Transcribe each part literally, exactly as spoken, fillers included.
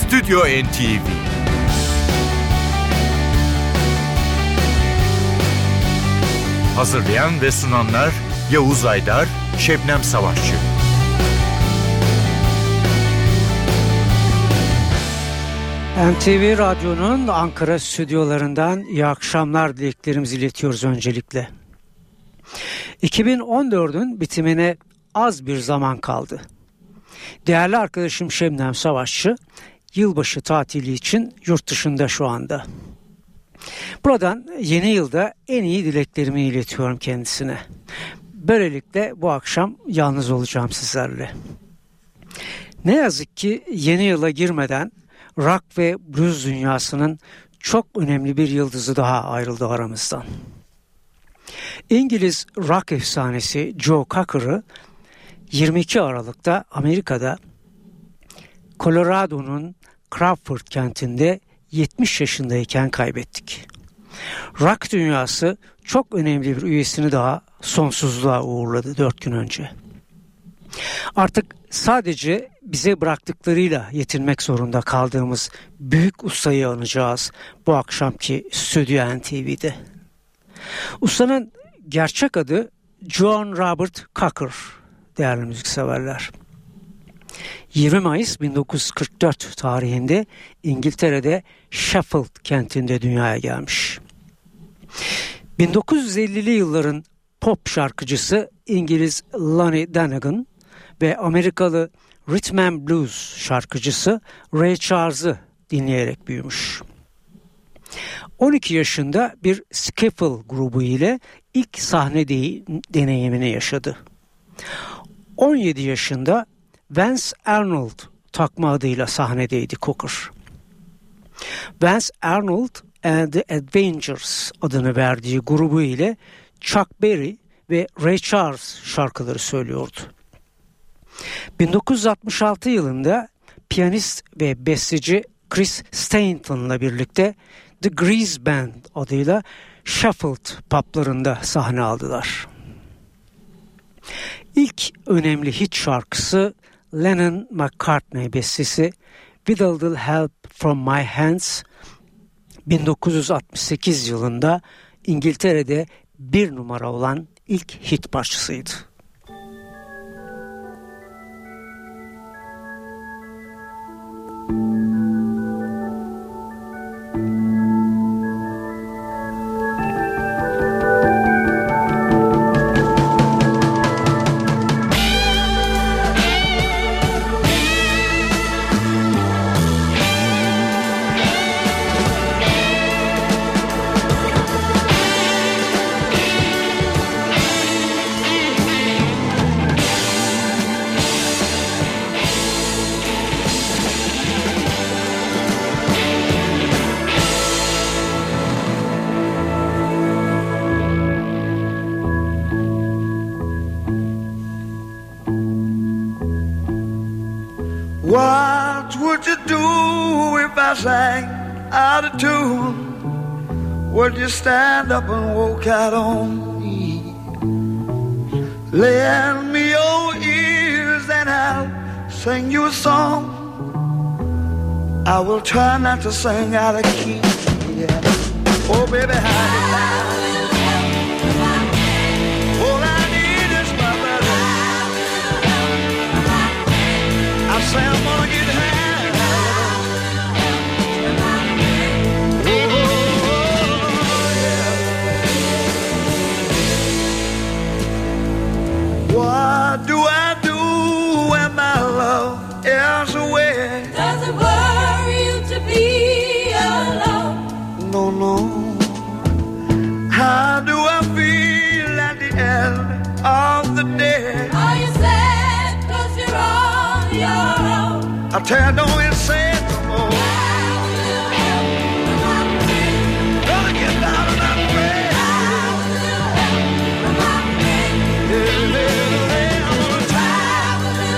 Stüdyo N T V. Hazırlayan ve sunanlar Yavuz Aydar, Şebnem Savaşçı. N T V Radyo'nun Ankara stüdyolarından iyi akşamlar dileklerimizi iletiyoruz öncelikle. iki bin on dördün bitimine az bir zaman kaldı. Değerli arkadaşım Şebnem Savaşçı, yılbaşı tatili için yurt dışında şu anda. Buradan yeni yılda en iyi dileklerimi iletiyorum kendisine. Böylelikle bu akşam yalnız olacağım sizlerle. Ne yazık ki yeni yıla girmeden rock ve blues dünyasının çok önemli bir yıldızı daha ayrıldı aramızdan. İngiliz rock efsanesi Joe Cocker'ı yirmi iki Aralık'ta Amerika'da Colorado'nun Crawford kentinde yetmiş yaşındayken kaybettik. Rock dünyası çok önemli bir üyesini daha sonsuzluğa uğurladı dört gün önce. Artık sadece bize bıraktıklarıyla yetinmek zorunda kaldığımız büyük ustayı anacağız bu akşamki Stüdyo N T V'de. Ustanın gerçek adı John Robert Cocker, değerli müzikseverler. yirmi Mayıs bin dokuz yüz kırk dört tarihinde İngiltere'de Sheffield kentinde dünyaya gelmiş. bin dokuz yüz ellili yılların pop şarkıcısı İngiliz Lonnie Donegan ve Amerikalı Rhythm and Blues şarkıcısı Ray Charles'ı dinleyerek büyümüş. on iki yaşında bir skiffle grubu ile ilk sahne de- deneyimini yaşadı. on yedi yaşında Vance Arnold takma adıyla sahnedeydi Cocker. Vance Arnold and the Adventures adını verdiği grubu ile Chuck Berry ve Ray Charles şarkıları söylüyordu. bin dokuz yüz altmış altı yılında piyanist ve besteci Chris Stainton'la birlikte The Grease Band adıyla Sheffield publarında sahne aldılar. İlk önemli hit şarkısı Lennon-McCartney bestesi With a Little Help From My Hands bin dokuz yüz altmış sekiz yılında İngiltere'de bir numara olan ilk hit parçasıydı. What would you do if I sang out of tune? Would you stand up and walk out on me? Lend me your ears and I'll sing you a song. I will try not to sing out of key. Yeah. Oh baby, how say I'm gonna get high. Oh, yeah. What do I do when my love is away? Does it worry you to be alone? No, no. How do I feel at the end of the day? Are you sad 'cause you're on your own? I tell you, don't even say it no more. Gonna get down and I'm afraid. Yeah, yeah, yeah, I'm gonna try.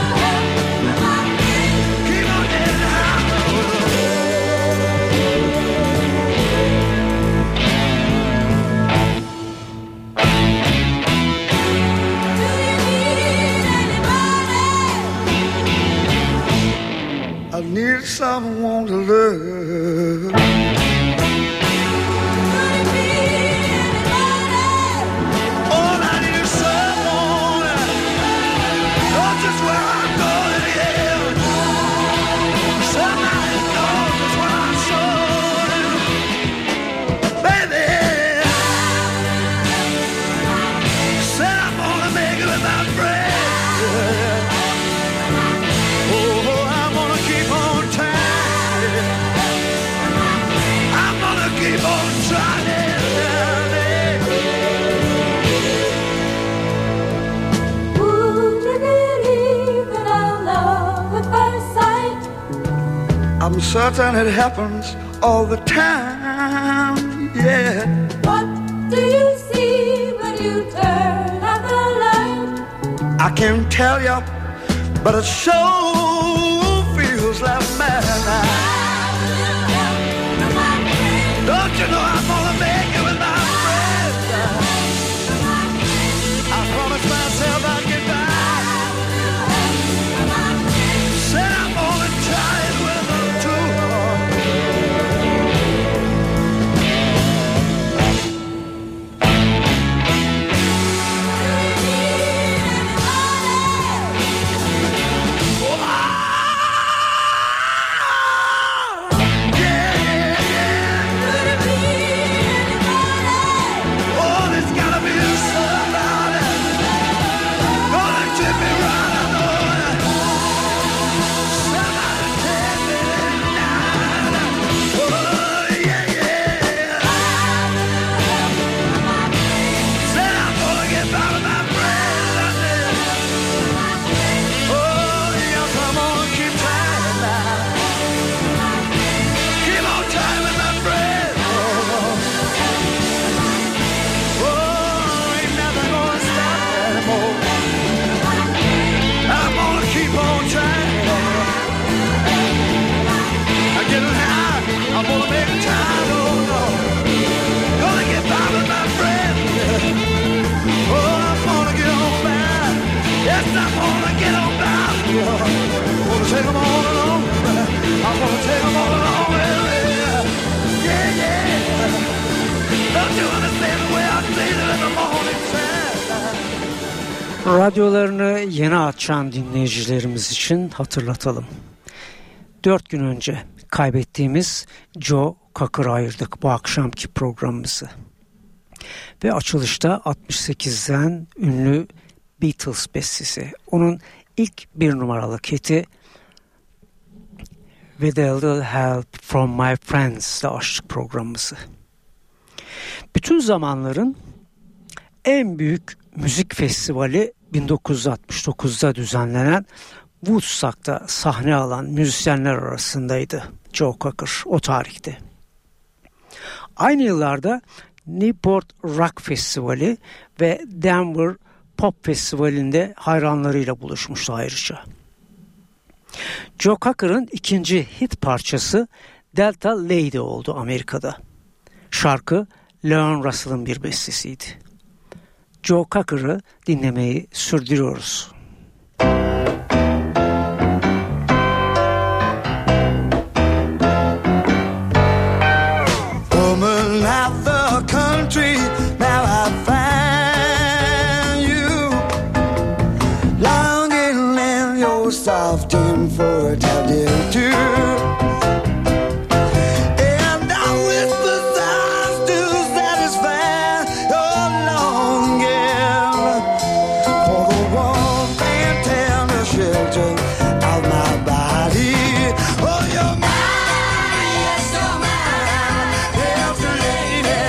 Keep on getting high. I need someone to love. All I need is someone knows just where I'm going, yeah. Somebody knows just where I'm going, baby. Said I'm gonna make it with my friends. Oh, I'm gonna keep on trying. I'm gonna keep on trying. Would you believe in our love at first sight? I'm certain it happens all the time, yeah. What do you see when you turn out the light? I can't tell you, but it sure feels like madness. Don't you know I'm gonna make it with my friends? I promised myself I'd get back. Said I'm gonna try it with them too. Oh, there's gotta be somebody gonna tip me right, I know it. Somebody take me tonight. Oh, yeah, yeah. Said I'm gonna get by with my friends, I said. Oh, yes, I'm gonna keep trying now. Keep on trying with my friends. Oh, ain't nothing gonna stop me anymore. I'm gonna keep on trying. I'm getting high. I'm gonna make time. Oh no, gonna get by with my friends. Oh, I'm gonna get on by. Yes, I'm gonna get on by. I'm gonna take them all along. I'm gonna take them all along with me. Yeah, yeah. Don't you understand the way I feel in the morning time? Radyolarını yeni açan dinleyicilerimiz için hatırlatalım. Dört gün önce kaybettiğimiz Joe Cocker'a ayırdık bu akşamki programımızı. Ve açılışta altmış sekizden ünlü Beatles bestesi. Onun ilk bir numaralı hiti With a Little Help From My Friends ile açtık programımızı. Bütün zamanların en büyük müzik festivali bin dokuz yüz altmış dokuzda düzenlenen Woodstock'ta sahne alan müzisyenler arasındaydı Joe Cocker o tarihte. Aynı yıllarda Newport Rock Festivali ve Denver Pop Festivali'nde hayranlarıyla buluşmuştu ayrıca. Joe Cocker'ın ikinci hit parçası Delta Lady oldu Amerika'da. Şarkı Leon Russell'ın bir bestesiydi. Joe Cocker'ı dinlemeyi sürdürüyoruz. Woman of the country, now I find you longing in your soft and fertile too. And I whisper songs to satisfy your longing for the warmth and tender shelter of my body. Oh, you're mine, yes, you're mine, Delta lady.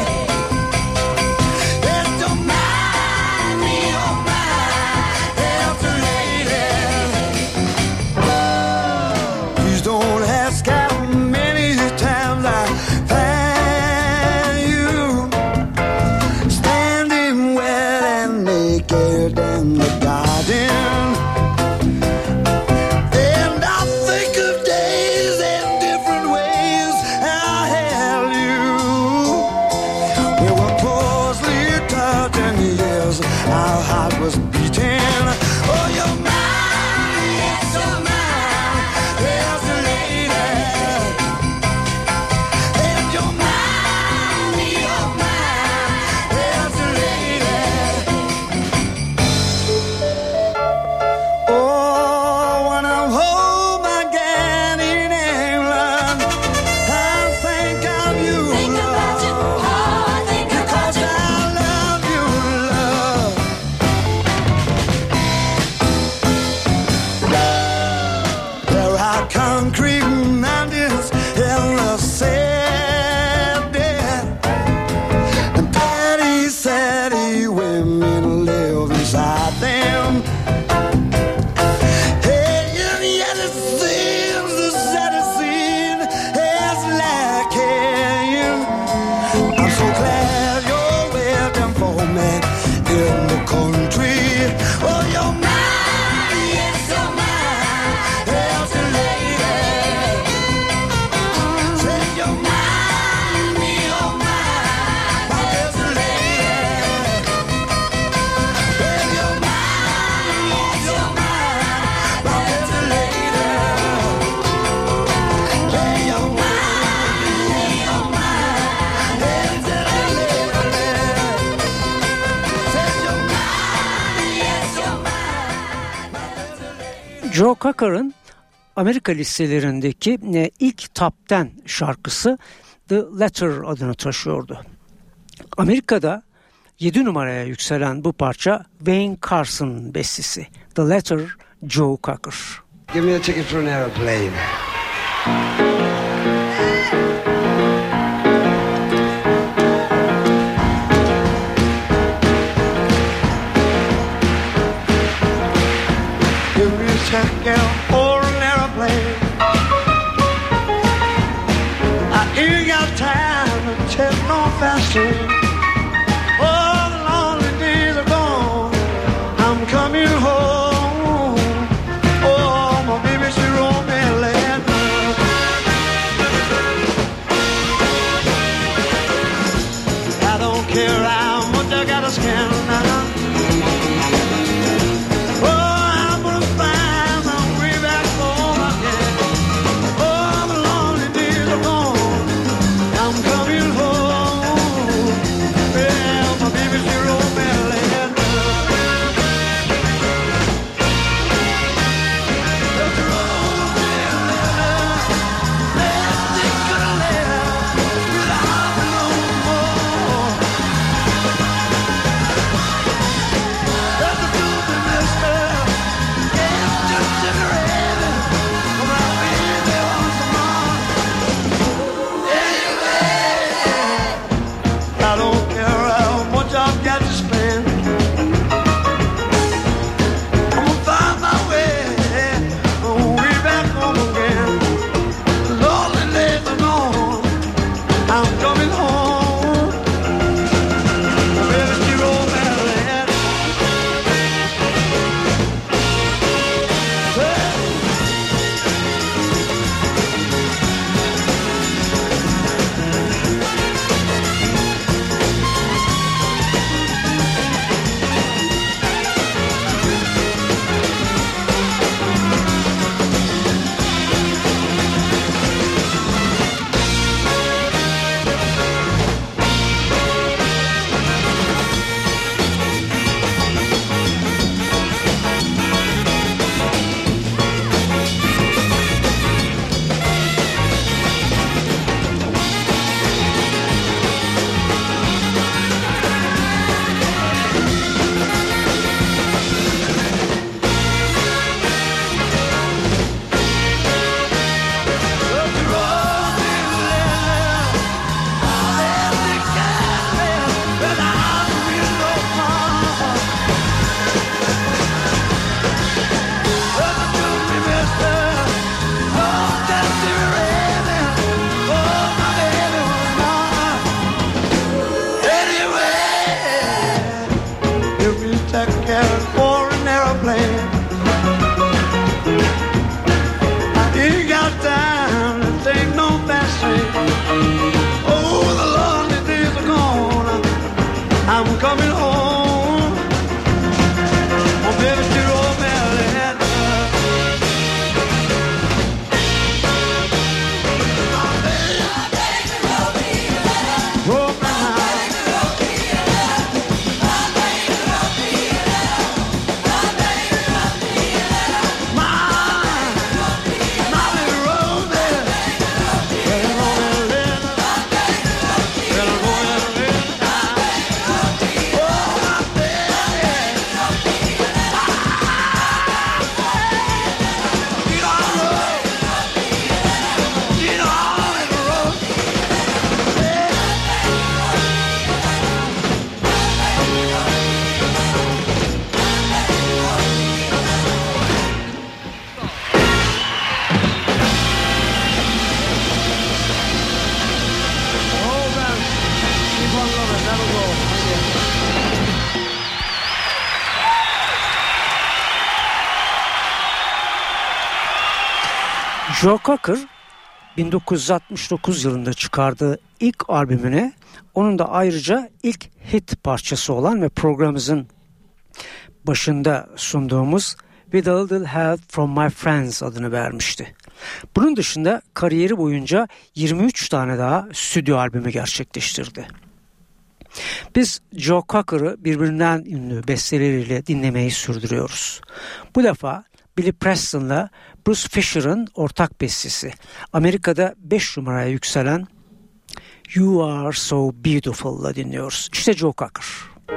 Yes, you're mine, you're mine, Delta lady. Please don't concrete mountains in the sand, and petty, saddy women live inside them. Hey, and yet it seems the saddest scene is lacking. I'm so glad you're waiting for me in the country. Oh, you're mine, yes, you're mine, yes, you're lady. Say you're mine, me, you're mine, my yes, lady. Say you're mine, yes, you're mine, my yes, lady. Say you're mine, you're mine, yes, lady. Say you're mine, yes, you're mine. Joe Cocker'ın Amerika listelerindeki e, ilk top on şarkısı The Letter adını taşıyordu. Amerika'da yedi numaraya yükselen bu parça Wayne Carson bestesi. The Letter, Joe Cocker. Give me a ticket for an aeroplane. Give me a ticket for an aeroplane. I ain't got time to take no faster. Oh, the lonely days are gone. I'm coming home. Oh, my baby, she wrote me a letter. I don't care how much I gotta spend now. Oh, I'm gonna find my way back home again. Oh, the lonely days are gone. I'm coming home. Joe Cocker bin dokuz yüz altmış dokuz yılında çıkardığı ilk albümüne onun da ayrıca ilk hit parçası olan ve programımızın başında sunduğumuz With a Little Help From My Friends adını vermişti. Bunun dışında kariyeri boyunca yirmi üç tane daha stüdyo albümü gerçekleştirdi. Biz Joe Cocker'ı birbirinden ünlü besteleriyle dinlemeyi sürdürüyoruz. Bu defa Billy Preston'la Bruce Fisher'ın ortak bestesi. Amerika'da beş numaraya yükselen You Are So Beautiful'la dinliyoruz. İşte Joe Cocker.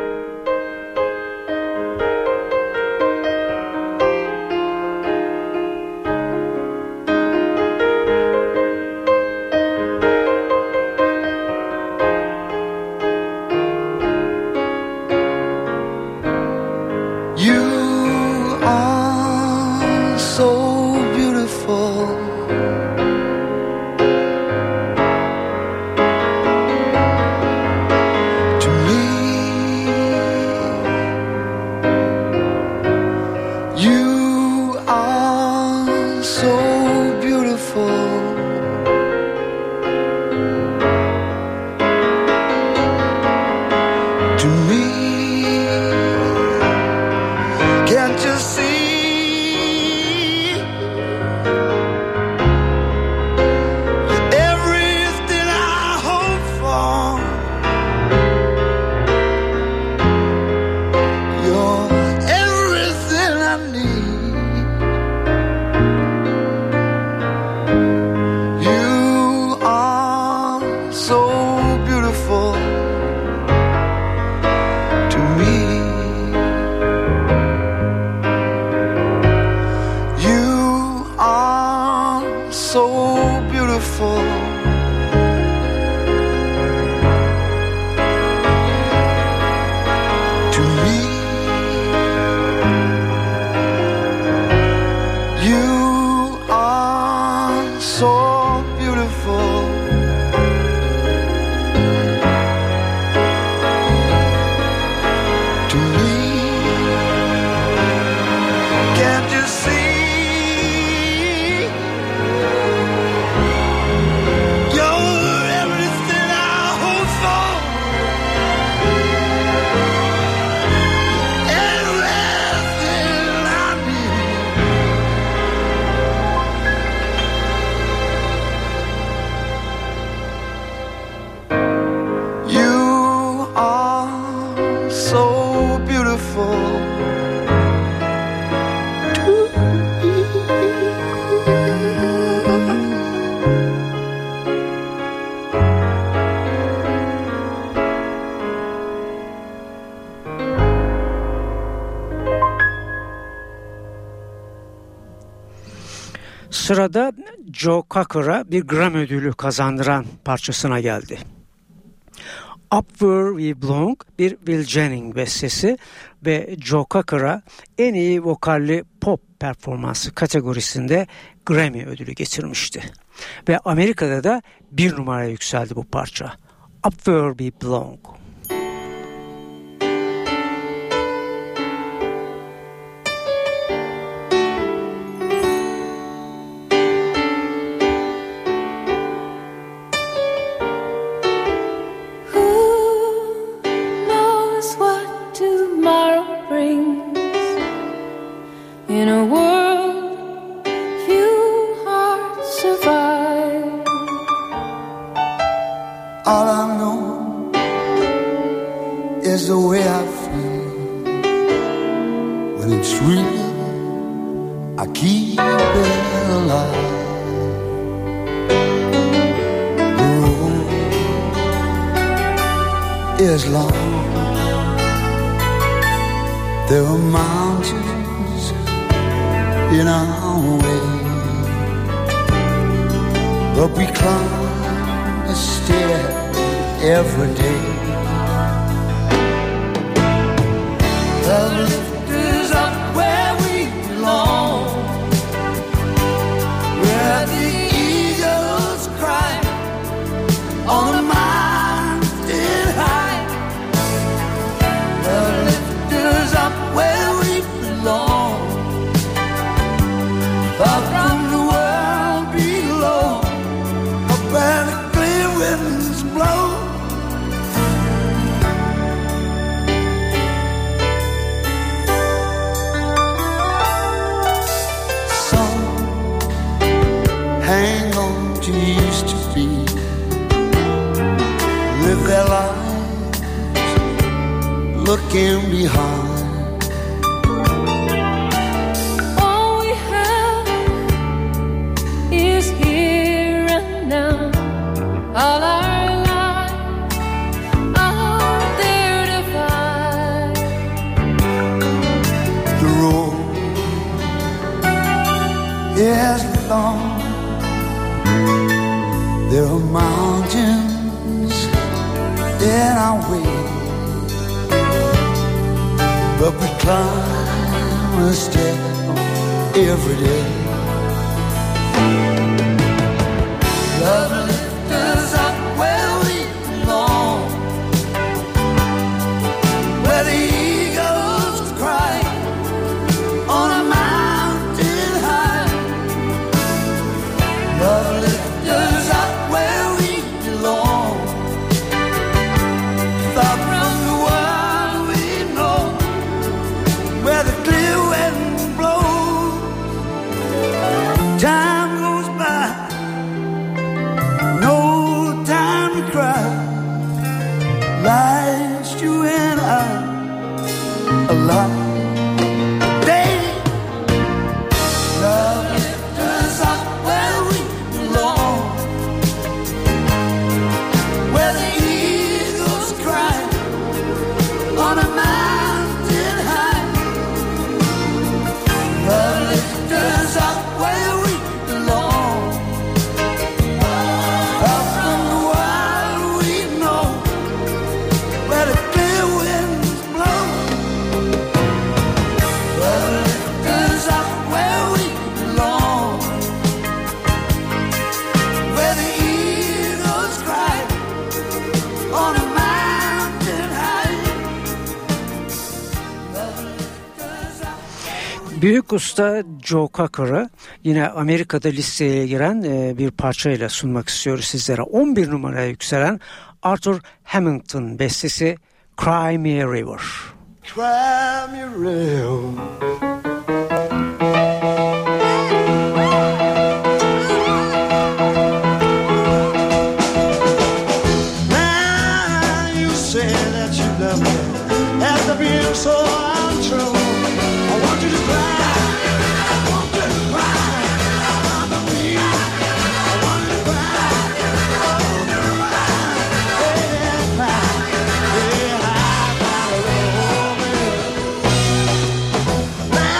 Sırada Joe Cocker'a bir Grammy ödülü kazandıran parçasına geldi. Up Where We Belong bir Will Jennings bestesi ve Joe Cocker'a en iyi vokalli pop performansı kategorisinde Grammy ödülü getirmişti. Ve Amerika'da da bir numaraya yükseldi bu parça. Up Where We Belong. In a world few hearts survive. All I know is the way I feel. When it's real, I keep it alive. The road is long. There are mountains in our way, but we climb a stair every day. The lift is up where we belong, where the eagles cry on a mountain high. The lift is up where we belong, far from the world hang on to used to be, live their lives looking behind. All we have is here and now. All our lives out there to find. The road is long. There are mountains in our way, but we climb a step every day. Love lifts us up where we belong, where the eagles cry on a mountain high. Love lifts us up where we belong, far from the world we know, where the clear wind blows. Time goes by, no time to cry. Life's you and I alive. Day, love lifts us up where we belong, where the eagles cry on a mountain high. Love lifts us up where we belong, far from the world we know, where the clear winds blow. Love lifts us up where we belong, where the eagles cry on a mountain high. Love lifts us up. Büyük usta Joe Cocker'ı yine Amerika'da listeye giren e, bir parçayla sunmak istiyoruz sizlere. on bir numaraya yükselen Arthur Hamilton bestesi Cry Me a River. Cry me a river. Now you say that you love me after being so untrue. I want you to cry. I want you to cry. I want to be. I want you to cry. I want you to cry. Yeah, cry. Yeah, I cry.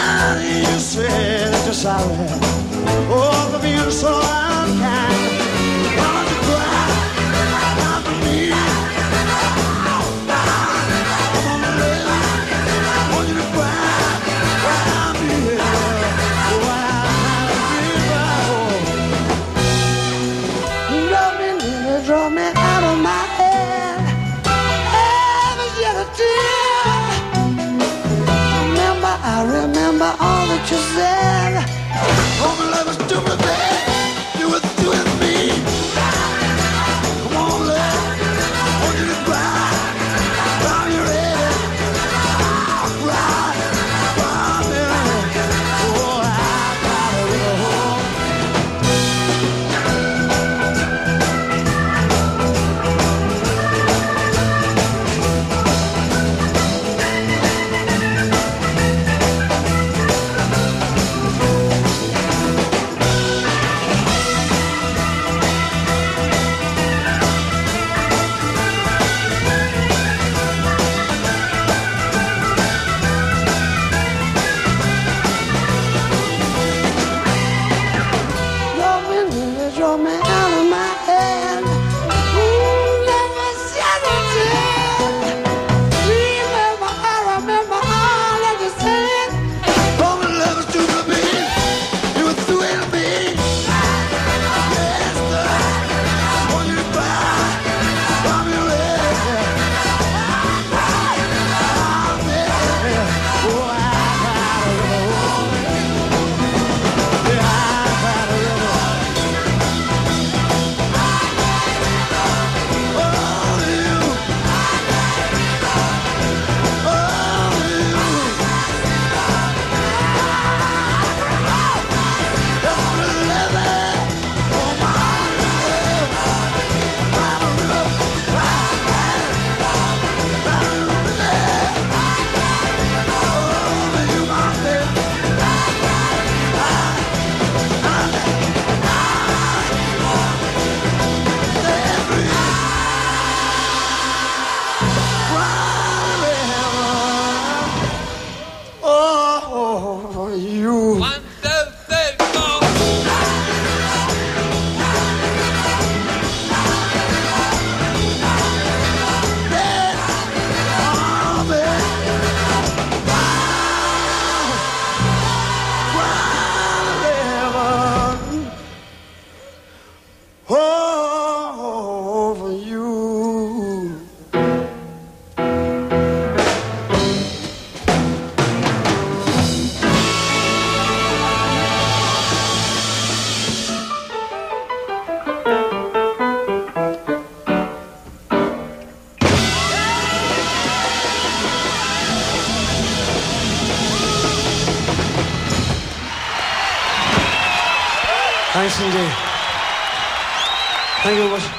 Yes, indeed. Thank you very much.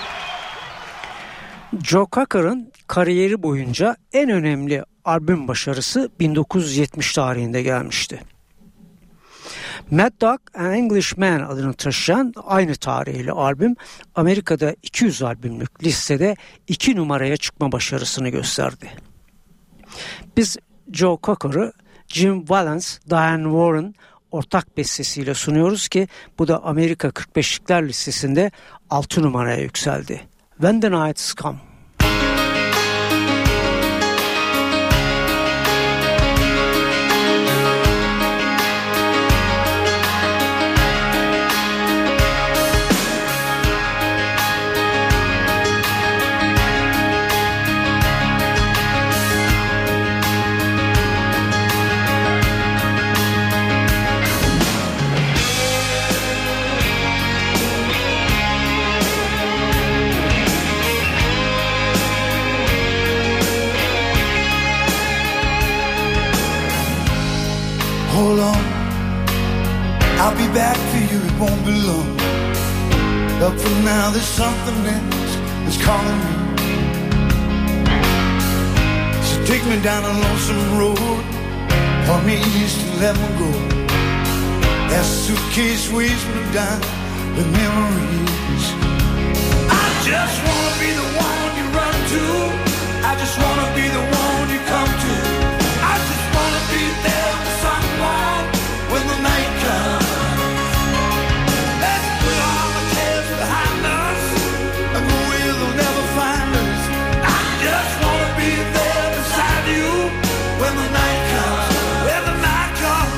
Joe Cocker'ın kariyeri boyunca en önemli albüm başarısı bin dokuz yüz yetmiş tarihinde gelmişti. Mad Dog and Englishman adını taşıyan aynı tarihli albüm Amerika'da iki yüz albümlük listede iki numaraya çıkma başarısını gösterdi. Biz Joe Cocker'ı Jim Valance, Diane Warren ortak bestesiyle sunuyoruz ki bu da Amerika kırk beşlikler listesinde altı numaraya yükseldi. When the Nights Come. Hold on, I'll be back for you, it won't be long. But for now there's something else that's calling me. So take me down a lonesome road, point me east and let me go. That suitcase weighs me down with memories. I just wanna be the one you run to, I just wanna be the one you come to. I just wanna be there for someone when the night comes. Let's put all the cares behind us and go where they'll never find us. I just wanna be there beside you when the night comes, when the night comes.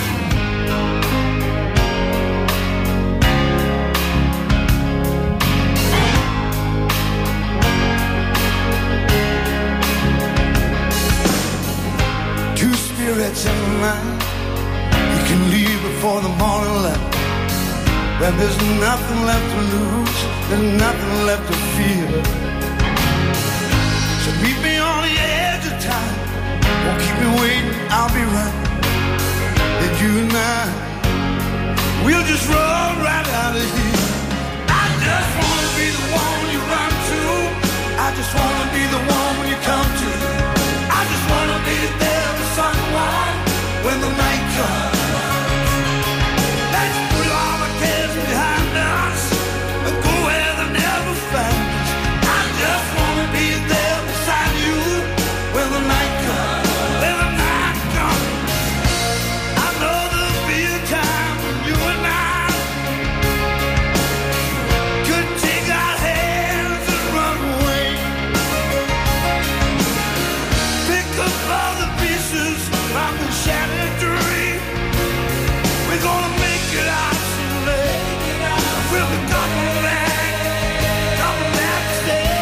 Two spirits in the night, you can leave before the morning light. When there's nothing left to lose, there's nothing left to fear. So meet me on the edge of time, won't keep me waiting, I'll be right. Then you and I, we'll just roll right out of here. I just wanna be the one you run to, I just wanna be the one when you come to. I just wanna be there for someone when the night comes. Let's put all the cares behind us and go where they never find us. I just wanna be there beside you when the night comes, when the night comes. I know there'll be a time when you and I could take our hands and run away. Pick up all the pieces from the shattered dream. We're gonna make it out someday. We'll be coming back, coming back to stay.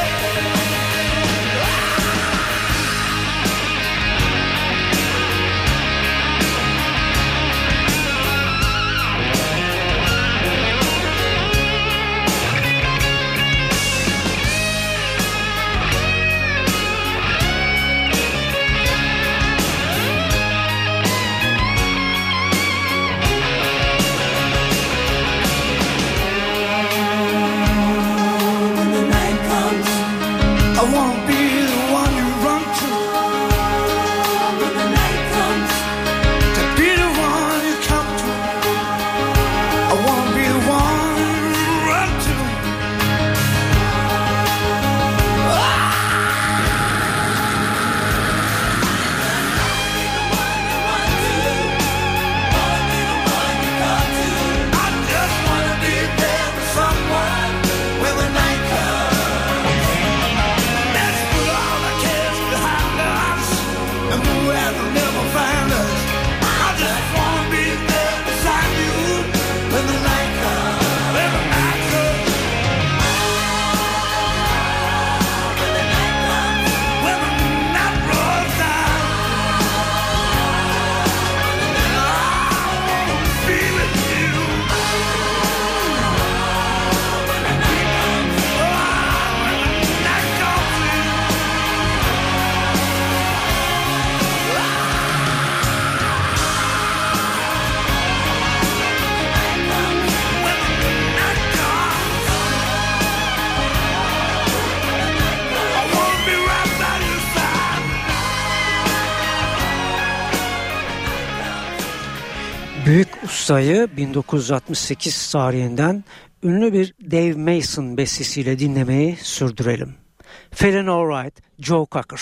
Büyük ustayı bin dokuz yüz altmış sekiz tarihinden ünlü bir Dave Mason bestesiyle dinlemeyi sürdürelim. Feeling Alright, Joe Cocker.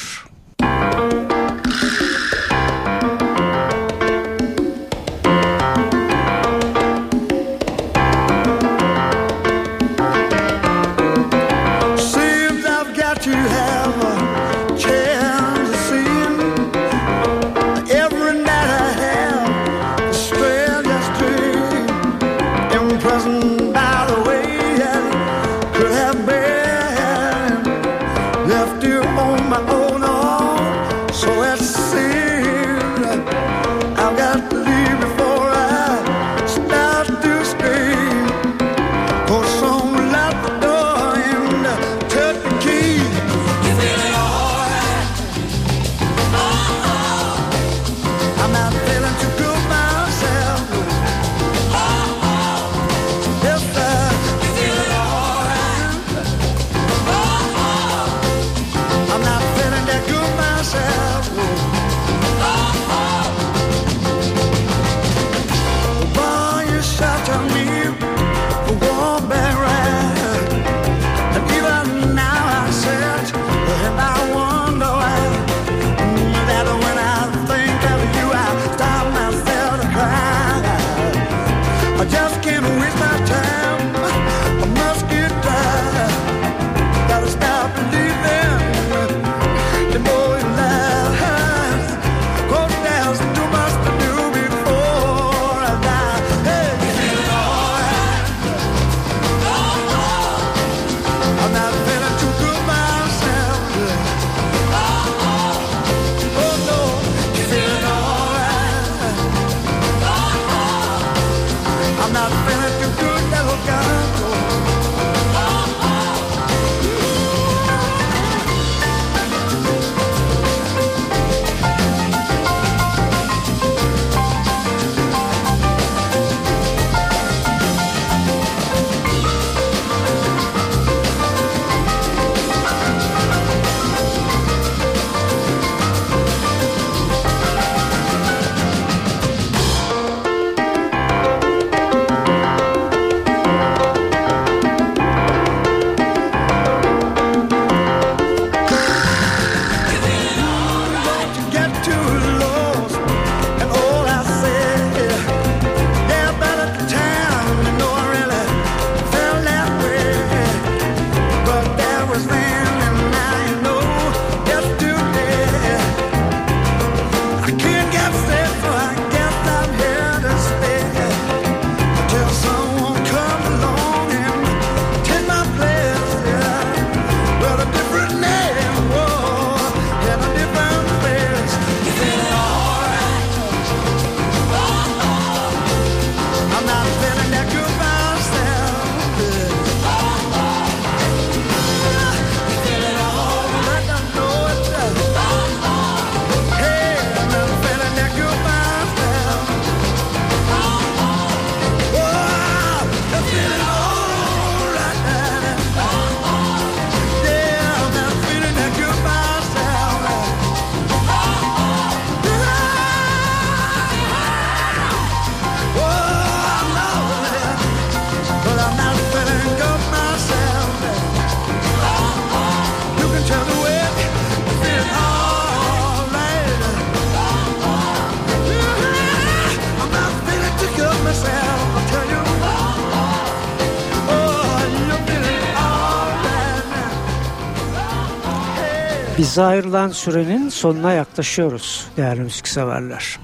Bize ayrılan sürenin sonuna yaklaşıyoruz değerli müzikseverler.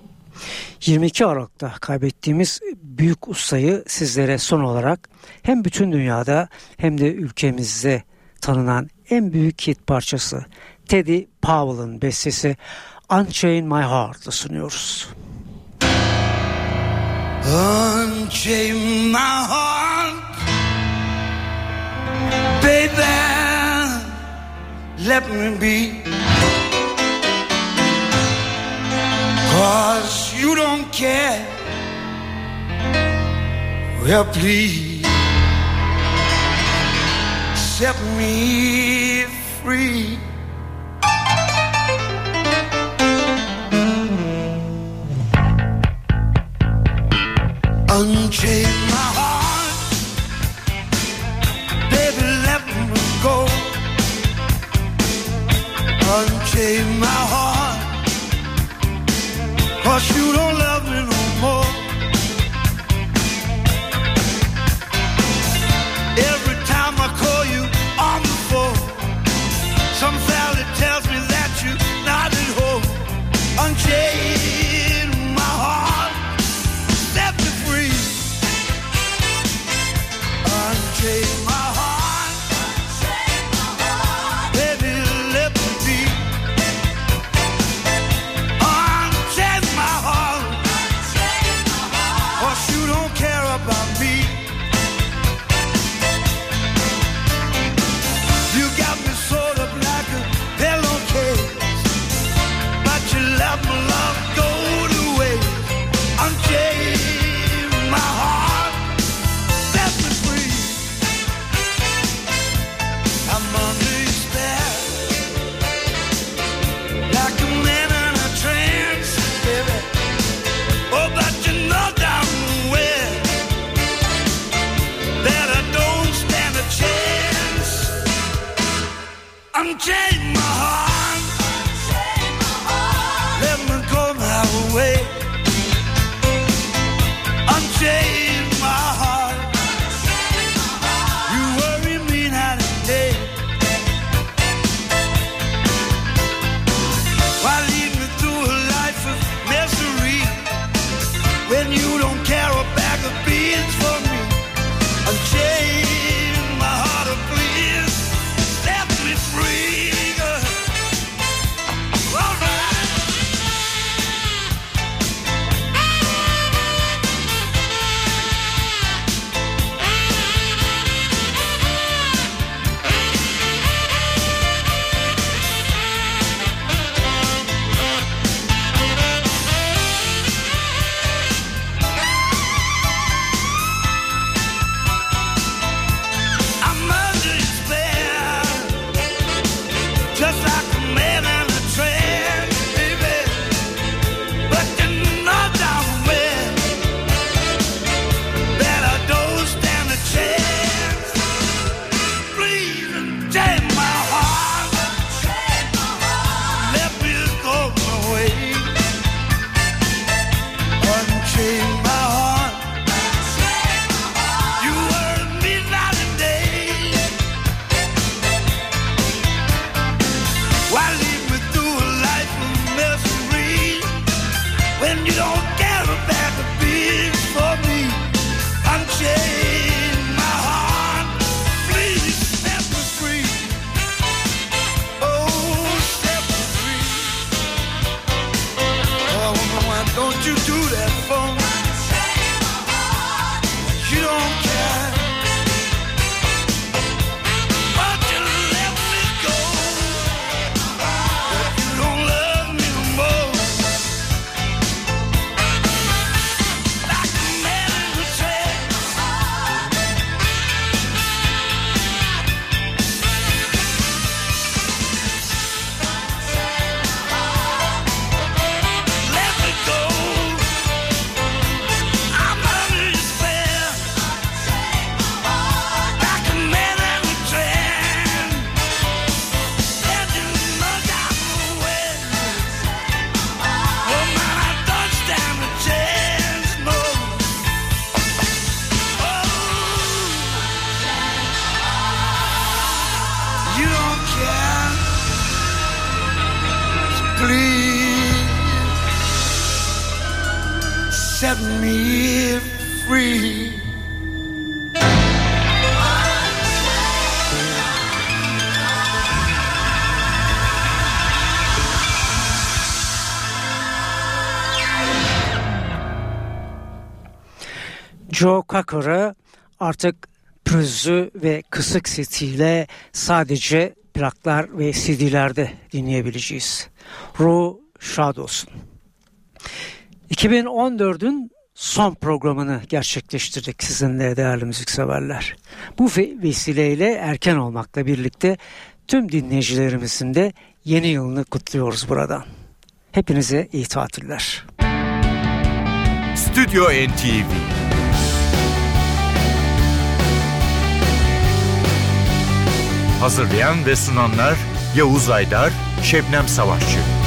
yirmi iki Aralık'ta kaybettiğimiz büyük ustayı sizlere son olarak hem bütün dünyada hem de ülkemizde tanınan en büyük hit parçası Teddy Powell'ın bestesi Unchain My Heart'la sunuyoruz. Unchain my heart, baby, let me be, 'cause you don't care, well please, set me free. unchain my heart, baby, let me go. Unchain my heart, 'cause you don't love me no more. Every time I call you on the phone, some fella tells me that you're not at home. Unchain my heart, set me free. Unchain my heart, baby, let me be. Unchain my heart, 'cause you don't care about me. You got me sort of like a pillowcase, but you let my love go to waste. Unchain my heart, set me free. I'm under your spell, like a man in a trance, baby. Oh, but you know damn well that I don't stand a chance. Unchain my heart, let me go my way. Unchain my heart, you worry me night and day. Why lead me through a life of misery when you don't care a bag of beans for me? Unchain my heart, oh please, set me free, girl. All right. I'm under your spell, just like a man in a trance, baby. But you know damn well that I don't stand a chance. Please unchain my heart, let me go my way. Unchain my heart, you worry me night and day. Why lead me through a life of misery when you don't care a bag of beans for me? Unchain my heart, please set me free. Oh, set me free. Oh, why don't you do that for me? You don't care, but you let me go. But you don't love me no more. Like a man in a trance. Let me go. I'm under your spell, like a man in a trance. And you know that well. Oh man, I don't stand a chance, no. Oh, you don't care, so please set me free. Joe Cocker'ı artık pürüzlü ve kısık sesiyle sadece plaklar ve C D'lerde dinleyebileceğiz. Ruhu şad olsun. iki bin on dördün son programını gerçekleştirdik sizinle değerli müzikseverler. Bu vesileyle erken olmakla birlikte tüm dinleyicilerimizin de yeni yılını kutluyoruz buradan. Hepinize iyi tatiller. Stüdyo N T V Hazırlayan ve sunanlar Yavuz Aydar, Şebnem Savaşçı.